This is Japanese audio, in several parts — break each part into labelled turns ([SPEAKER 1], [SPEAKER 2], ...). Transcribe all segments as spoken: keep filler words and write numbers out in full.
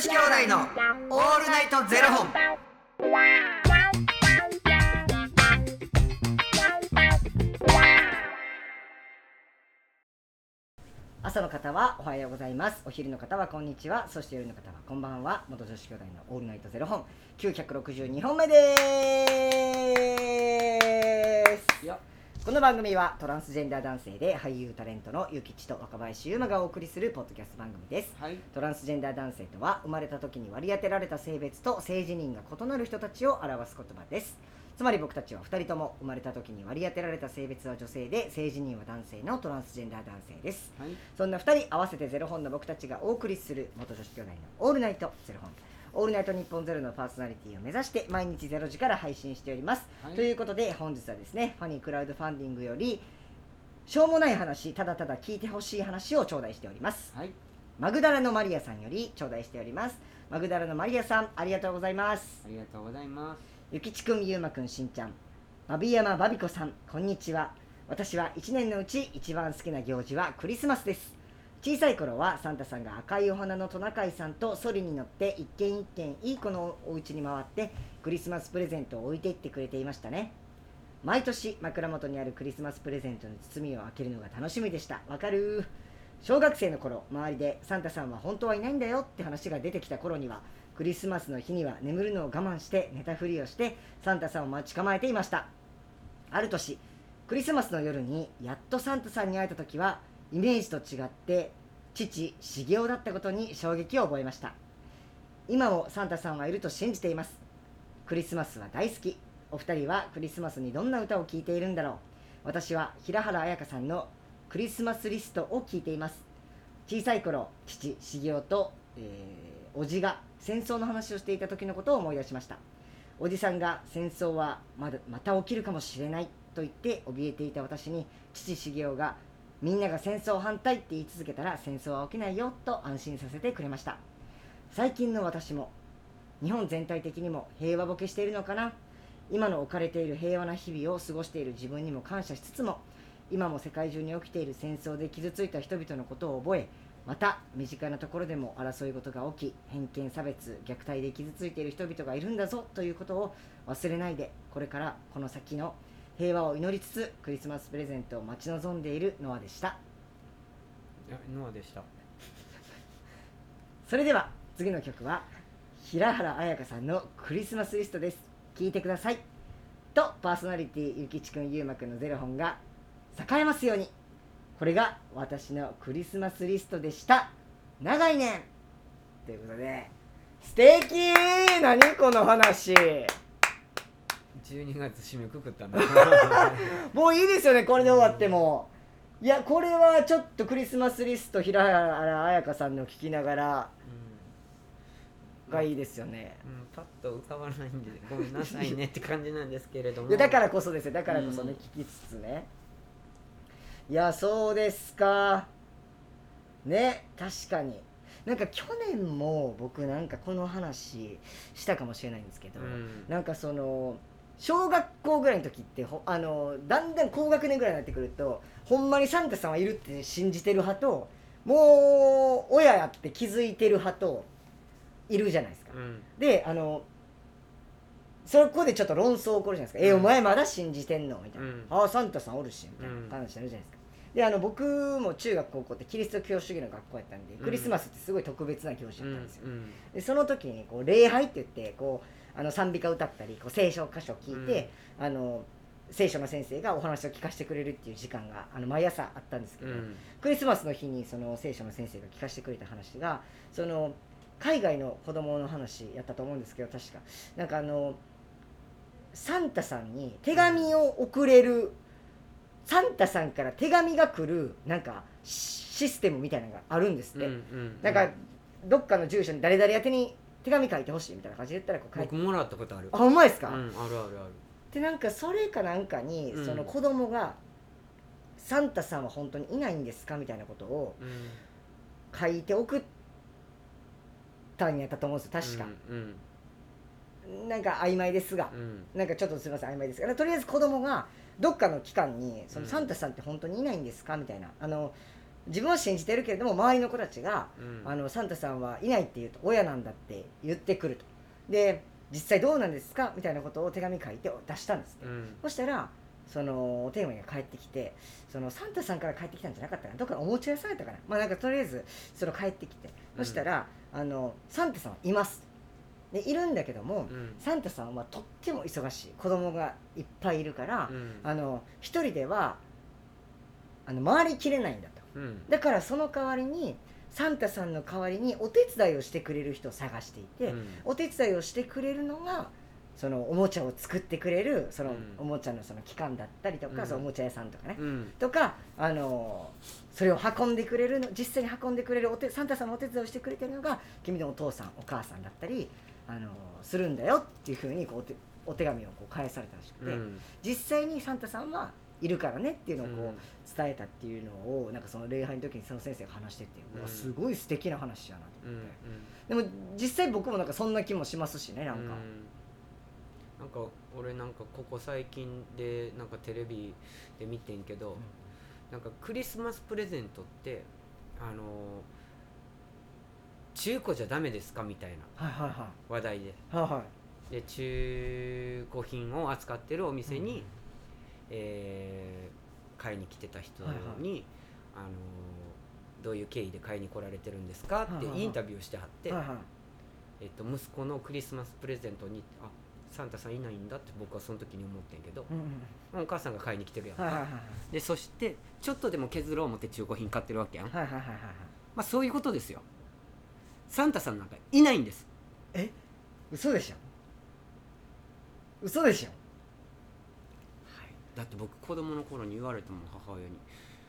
[SPEAKER 1] 子兄弟のオールナイトゼロ本。
[SPEAKER 2] 朝の方はおはようございます。お昼の方はこんにちは。そして夜の方はこんばんは。元女子兄弟のオールナイトゼロ本きゅうひゃくろくじゅうにほんめです。この番組はトランスジェンダー男性で俳優タレントのゆきちと若林優馬がお送りするポッドキャスト番組です、はい、トランスジェンダー男性とは生まれた時に割り当てられた性別と性自認が異なる人たちを表す言葉です。つまり僕たちはふたりとも生まれた時に割り当てられた性別は女性で性自認は男性のトランスジェンダー男性です、はい、そんなふたり合わせてゼロ本の僕たちがお送りする元女子兄弟のオールナイトゼロ本オールナイト日本ゼロのパーソナリティを目指して毎日ゼロ時から配信しております、はい、ということで本日はですねファニークラウドファンディングよりしょうもない話ただただ聞いてほしい話を頂戴しております、はい、マグダラのマリアさんより頂戴しております。マグダラのマリアさんありがとうございます。
[SPEAKER 3] ありがとうございます。
[SPEAKER 2] ゆきちくんゆうまくんしんちゃんバビヤマバビコさんこんにちは。私はいちねんのうち一番好きな行事はクリスマスです。小さい頃はサンタさんが赤いお花のトナカイさんとソリに乗って一軒一軒いい子のお家に回ってクリスマスプレゼントを置いていってくれていましたね。毎年枕元にあるクリスマスプレゼントの包みを開けるのが楽しみでした。わかる。小学生の頃周りでサンタさんは本当はいないんだよって話が出てきた頃にはクリスマスの日には眠るのを我慢して寝たふりをしてサンタさんを待ち構えていました。ある年クリスマスの夜にやっとサンタさんに会えた時はイメージと違って父茂雄だったことに衝撃を覚えました。今もサンタさんはいると信じています。クリスマスは大好き。お二人はクリスマスにどんな歌を聴いているんだろう。私は平原綾香さんのクリスマスリストを聴いています。小さい頃父茂雄と、えー、おじが戦争の話をしていた時のことを思い出しました。おじさんが戦争はまだまた起きるかもしれないと言って怯えていた私に父茂雄がみんなが戦争反対って言い続けたら戦争は起きないよと安心させてくれました。最近の私も日本全体的にも平和ボケしているのかな。今の置かれている平和な日々を過ごしている自分にも感謝しつつも今も世界中に起きている戦争で傷ついた人々のことを覚えまた身近なところでも争い事が起き偏見差別虐待で傷ついている人々がいるんだぞということを忘れないでこれからこの先の平和を祈りつつクリスマスプレゼントを待ち望んでいるノアでした。
[SPEAKER 3] いやノアでした
[SPEAKER 2] それでは次の曲は平原綾香さんのクリスマスリストです。聴いてください。とパーソナリティゆきちくんゆうまくんのゼロ本が栄えますように。これが私のクリスマスリストでした。長いねんということで素敵。何この話。
[SPEAKER 3] じゅうにがつ締めくくったんだ
[SPEAKER 2] もういいですよねこれで終わっても。いやこれはちょっとクリスマスリスト平原綾香さんの聞きながら、うん、がいいですよね、
[SPEAKER 3] うん、パッと浮かばないんでごめんなさいねって感じなんですけれども
[SPEAKER 2] だからこそですよ。だからこそね、うん、聞きつつね。いやそうですかね。確かになんか去年も僕なんかこの話したかもしれないんですけど、うん、なんかその小学校ぐらいの時ってほあのだんだん高学年ぐらいになってくるとほんまにサンタさんはいるって信じてる派ともう親やって気づいてる派といるじゃないですか、うん、であのそこでちょっと論争起こるじゃないですか、うん、えお前まだ信じてんのみたいな、うん、ああサンタさんおるしみたいな話になるじゃないですか。であの僕も中学高校ってキリスト教主義の学校やったんで、うん、クリスマスってすごい特別な行事だったんですよ、うんうん、でその時にこう礼拝って言ってこうあの賛美歌歌ったりこう聖書箇所を聞いて、うん、あの聖書の先生がお話を聞かせてくれるっていう時間があの毎朝あったんですけど、うん、クリスマスの日にその聖書の先生が聞かせてくれた話がその海外の子供の話やったと思うんですけど確かなんかあのサンタさんに手紙を送れる、うん、サンタさんから手紙が来るなんかシステムみたいなのがあるんですって、うんうんうん、なんかどっかの住所に誰々宛てに手紙書いてほしいみたいな感じで言ったらこう書いて
[SPEAKER 3] 僕もらったことある。
[SPEAKER 2] あ、ほんまですか、うん、
[SPEAKER 3] あるあるある。
[SPEAKER 2] でなんかそれかなんかに、うん、その子供がサンタさんは本当にいないんですかみたいなことを書いて送ったんやったと思うんですよ確か、うんうん、なんか曖昧ですが、うん、なんかちょっとすみません曖昧ですがとりあえず子供がどっかの機関にそのサンタさんって本当にいないんですかみたいなあの自分は信じてるけれども周りの子たちが、
[SPEAKER 3] うん
[SPEAKER 2] あのサンタさんはいないって言うと親なんだって言ってくると。で実際どうなんですかみたいなことを手紙書いて出したんですって、
[SPEAKER 3] うん
[SPEAKER 2] そしたらそのお手紙が返ってきて、そのサンタさんから返ってきたんじゃなかったかな、どっかおもちゃ屋さんやったかな、まあなんかとりあえずその返ってきて、そしたらあのサンタさんはいますでいるんだけども、
[SPEAKER 3] うん
[SPEAKER 2] サンタさんはとっても忙しい、子供がいっぱいいるから、
[SPEAKER 3] うん
[SPEAKER 2] あの一人ではあの回りきれないんだと。
[SPEAKER 3] うん
[SPEAKER 2] だからその代わりにサンタさんの代わりにお手伝いをしてくれる人を探していて、
[SPEAKER 3] うん
[SPEAKER 2] お手伝いをしてくれるのがそのおもちゃを作ってくれるその
[SPEAKER 3] うん
[SPEAKER 2] おもちゃのその機関だったりとか、
[SPEAKER 3] うん
[SPEAKER 2] そのおもちゃ屋さんとかね、
[SPEAKER 3] うん
[SPEAKER 2] とかあのそれを運んでくれるの、実際に運んでくれるお手サンタさんのお手伝いをしてくれてるのが君のお父さんお母さんだったりあのするんだよっていうふうにこうお手お手紙をこう返されたらしくて、
[SPEAKER 3] うん
[SPEAKER 2] 実際にサンタさんはいるからねっていうのをこう、
[SPEAKER 3] うん
[SPEAKER 2] 伝えたっていうのをなんかその礼拝の時にその先生が話してて、
[SPEAKER 3] うん
[SPEAKER 2] うわすごい素敵な話やなと
[SPEAKER 3] うん
[SPEAKER 2] 思って、でも実際僕もなんかそんな気もしますしね、なんか、
[SPEAKER 3] うんなんか俺なんかここ最近でなんかテレビで見てんけど、なんかクリスマスプレゼントってあの中古じゃダメですかみたいな
[SPEAKER 2] はいはいは
[SPEAKER 3] 話題で
[SPEAKER 2] いはいはい
[SPEAKER 3] で中古品を扱ってるお店に、
[SPEAKER 2] うん
[SPEAKER 3] えー買いに来てた人に、
[SPEAKER 2] はいはい
[SPEAKER 3] あのどういう経緯で買いに来られてるんですかって
[SPEAKER 2] はいはいはい
[SPEAKER 3] インタビューをしてはって、
[SPEAKER 2] はいはい
[SPEAKER 3] えっと、息子のクリスマスプレゼントにあサンタさんいないんだって僕はその時に思ってんけど、
[SPEAKER 2] うんうん
[SPEAKER 3] お母さんが買いに来てるやんか、
[SPEAKER 2] はいはいはい
[SPEAKER 3] でそしてちょっとでも削ろう思って中古品買ってるわけやん、
[SPEAKER 2] はいはいはいはいはい
[SPEAKER 3] まあ、そういうことですよ。サンタさんなんかいないんです。
[SPEAKER 2] え嘘でしょ嘘でしょ
[SPEAKER 3] だって僕子供の頃に言われたもん、母親に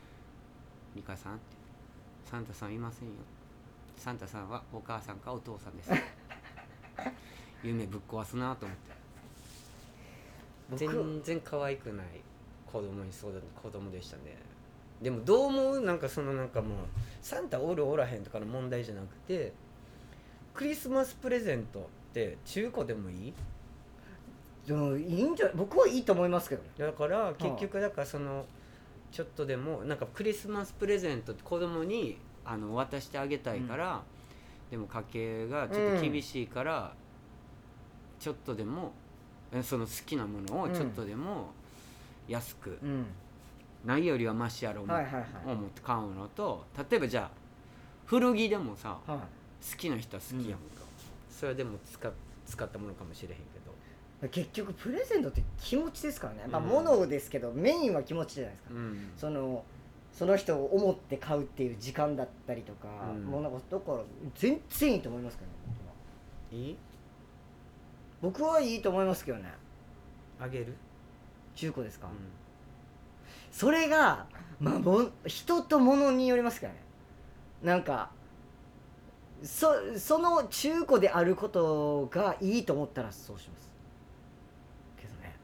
[SPEAKER 3] 「美香さん」って「サンタさんいませんよ。サンタさんはお母さんかお父さんです」夢ぶっ壊すなと思って
[SPEAKER 2] 僕
[SPEAKER 3] 全然可愛くない子供にそうだ子供でしたね。でもどう思う？なんかそのなんかもうサンタおるおらへんとかの問題じゃなくて、クリスマスプレゼントって中古でもいい？
[SPEAKER 2] でもいいんじゃ僕はいいと思いますけどね。
[SPEAKER 3] だから結局だからそのちょっとでもなんかクリスマスプレゼントって子供にあの渡してあげたいから、うん、でも家計がちょっと厳しいから、うん、ちょっとでもその好きなものをちょっとでも安く、うん、ないよりはマシやろう思って買うのと、例えばじゃあ古着でもさ、はい、好きな人は好きやんか、うん、それでも 使, 使ったものかもしれへんけど
[SPEAKER 2] 結局プレゼントって気持ちですからね、まあ、物ですけど、うん、メインは気持ちじゃないですか、うん、そのその人を思って買うっていう時間だったりとか、うん、もうなんかだから全然いいと思いますけどね。
[SPEAKER 3] いい？
[SPEAKER 2] 僕はいいと思いますけどね。
[SPEAKER 3] あげる？
[SPEAKER 2] 中古ですか、うん、それがまあも人と物によりますからね。なんかそその中古であることがいいと思ったらそうしますけどね、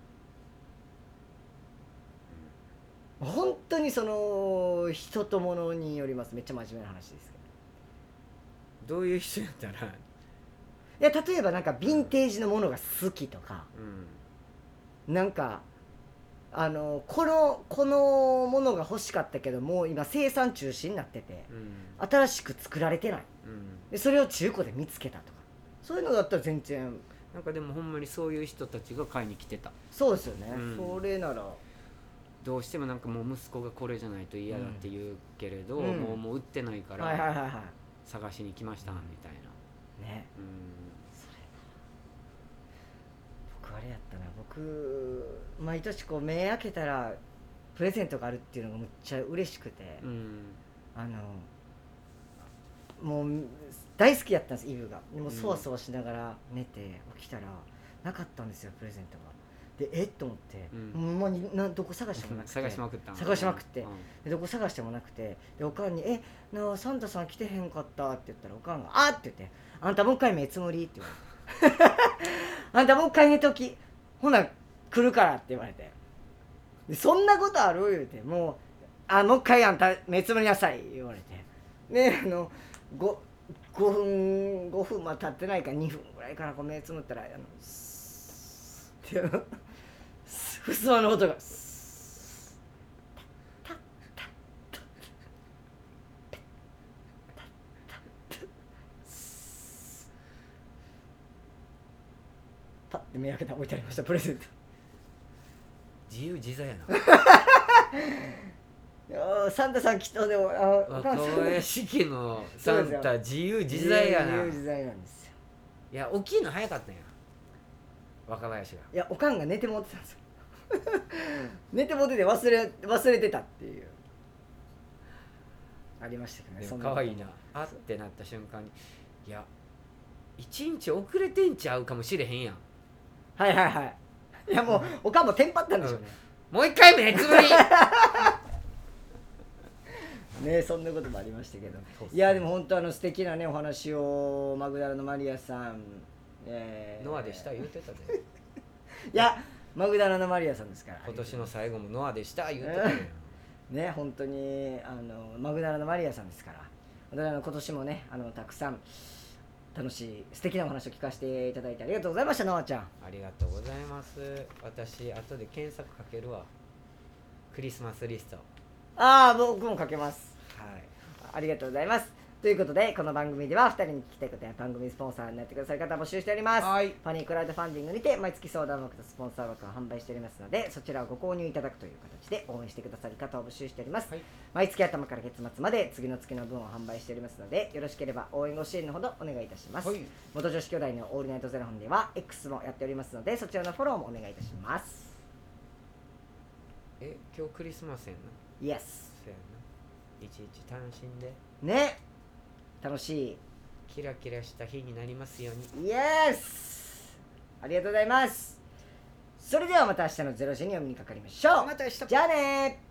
[SPEAKER 2] うん、本当にその人と物によります。めっちゃ真面目な話ですけ
[SPEAKER 3] ど。どういう人やったら？い
[SPEAKER 2] や例えばなんかヴィンテージのものが好きとか、うん、なんかあのこのこのものが欲しかったけどもう今生産中止になってて、うん、新しく作られてない、うん、でそれを中古で見つけたとか、そういうのだったら全然
[SPEAKER 3] なんかでもほんまにそういう人たちが買いに来てた。
[SPEAKER 2] そうですよね、うん、それなら
[SPEAKER 3] どうしてもなんかもう息子がこれじゃないと嫌だって言うけれど、うん、もうもう売ってないから探しに来ましたみたいなね、うん、
[SPEAKER 2] それ僕あれやったな、僕毎年こう目開けたらプレゼントがあるっていうのがむっちゃ嬉しくて、うん、あのもう大好きやったんですイブが。でもそわそわしながら寝て起きたらなかったんですよプレゼントが。でえっと思って、うん、もうなどこ探してもなくて
[SPEAKER 3] 探しまくった
[SPEAKER 2] 探しまくって、うん、でどこ探してもなくて、でおかんに「えなあサンタさん来てへんかった」って言ったらおかんが「あっ!」って言って「あんたもう一回目つむり?」って言われて「あんたもう一回寝ときほな来るから」って言われて、でそんなことある言うて、もう「あもう一回あんた目つむりなさい」言われて、であの 5, 5分ごふんま経ってないからにふんぐらいからこう目つむったらあのスーってふすまの音がスータッタッタッパッて目開けたら置いてありました。プレゼント。
[SPEAKER 3] 自由自在やな。
[SPEAKER 2] いやサンタさんきっとでもあ
[SPEAKER 3] 若林家のサンタ自由自在やな。
[SPEAKER 2] 自由自在なんですよ。
[SPEAKER 3] いや大きいの早かったんや若林が。
[SPEAKER 2] いやおかんが寝てもってたんですよ。寝てもってて忘れ忘れてたっていうありましたけどね。
[SPEAKER 3] でも可愛いな。あってなった瞬間にいや一日遅れてんちゃうかもしれへんやん。
[SPEAKER 2] はいはいはい。いやもうおかんもテンパったんでしょうね。
[SPEAKER 3] うん、もう一回目つぶり。
[SPEAKER 2] ねそんなこともありましたけど。いやでも本当あの素敵なねお話をマグダラのマリアさん、
[SPEAKER 3] えー、ノアでした言うてたで。
[SPEAKER 2] いやマグダラのマリアさんですから。
[SPEAKER 3] 今年の最後もノアでした言うてたで。
[SPEAKER 2] ね本当にあのマグダラのマリアさんですから。私あの今年もねあのたくさん楽しい素敵なお話を聞かせていただいてありがとうございました。ノアちゃん
[SPEAKER 3] ありがとうございます。私後で検索かけるわ。クリスマスリスト。
[SPEAKER 2] ああ僕もかけます。
[SPEAKER 3] はい、
[SPEAKER 2] ありがとうございます。ということでこの番組ではふたりに聞きたいことや番組スポンサーになってくださる方を募集しております。
[SPEAKER 3] はい、
[SPEAKER 2] ファニークラウドファンディングにて毎月相談枠とスポンサー枠を販売しておりますのでそちらをご購入いただくという形で応援してくださる方を募集しております。はい、毎月頭から月末まで次の月の分を販売しておりますのでよろしければ応援ご支援のほどお願いいたします。はい、元女子兄弟のオールナイトゼロ本では X もやっておりますのでそちらのフォローもお願いいたします。
[SPEAKER 3] え今日クリスマスやんな。
[SPEAKER 2] イエス。
[SPEAKER 3] そうやな。いちいち楽しんで
[SPEAKER 2] ね楽しい
[SPEAKER 3] キラキラした日になりますように。
[SPEAKER 2] イエスありがとうございます。それではまた明日のゼロ時にお目にかかりましょう。
[SPEAKER 3] また明日。
[SPEAKER 2] じゃあねー。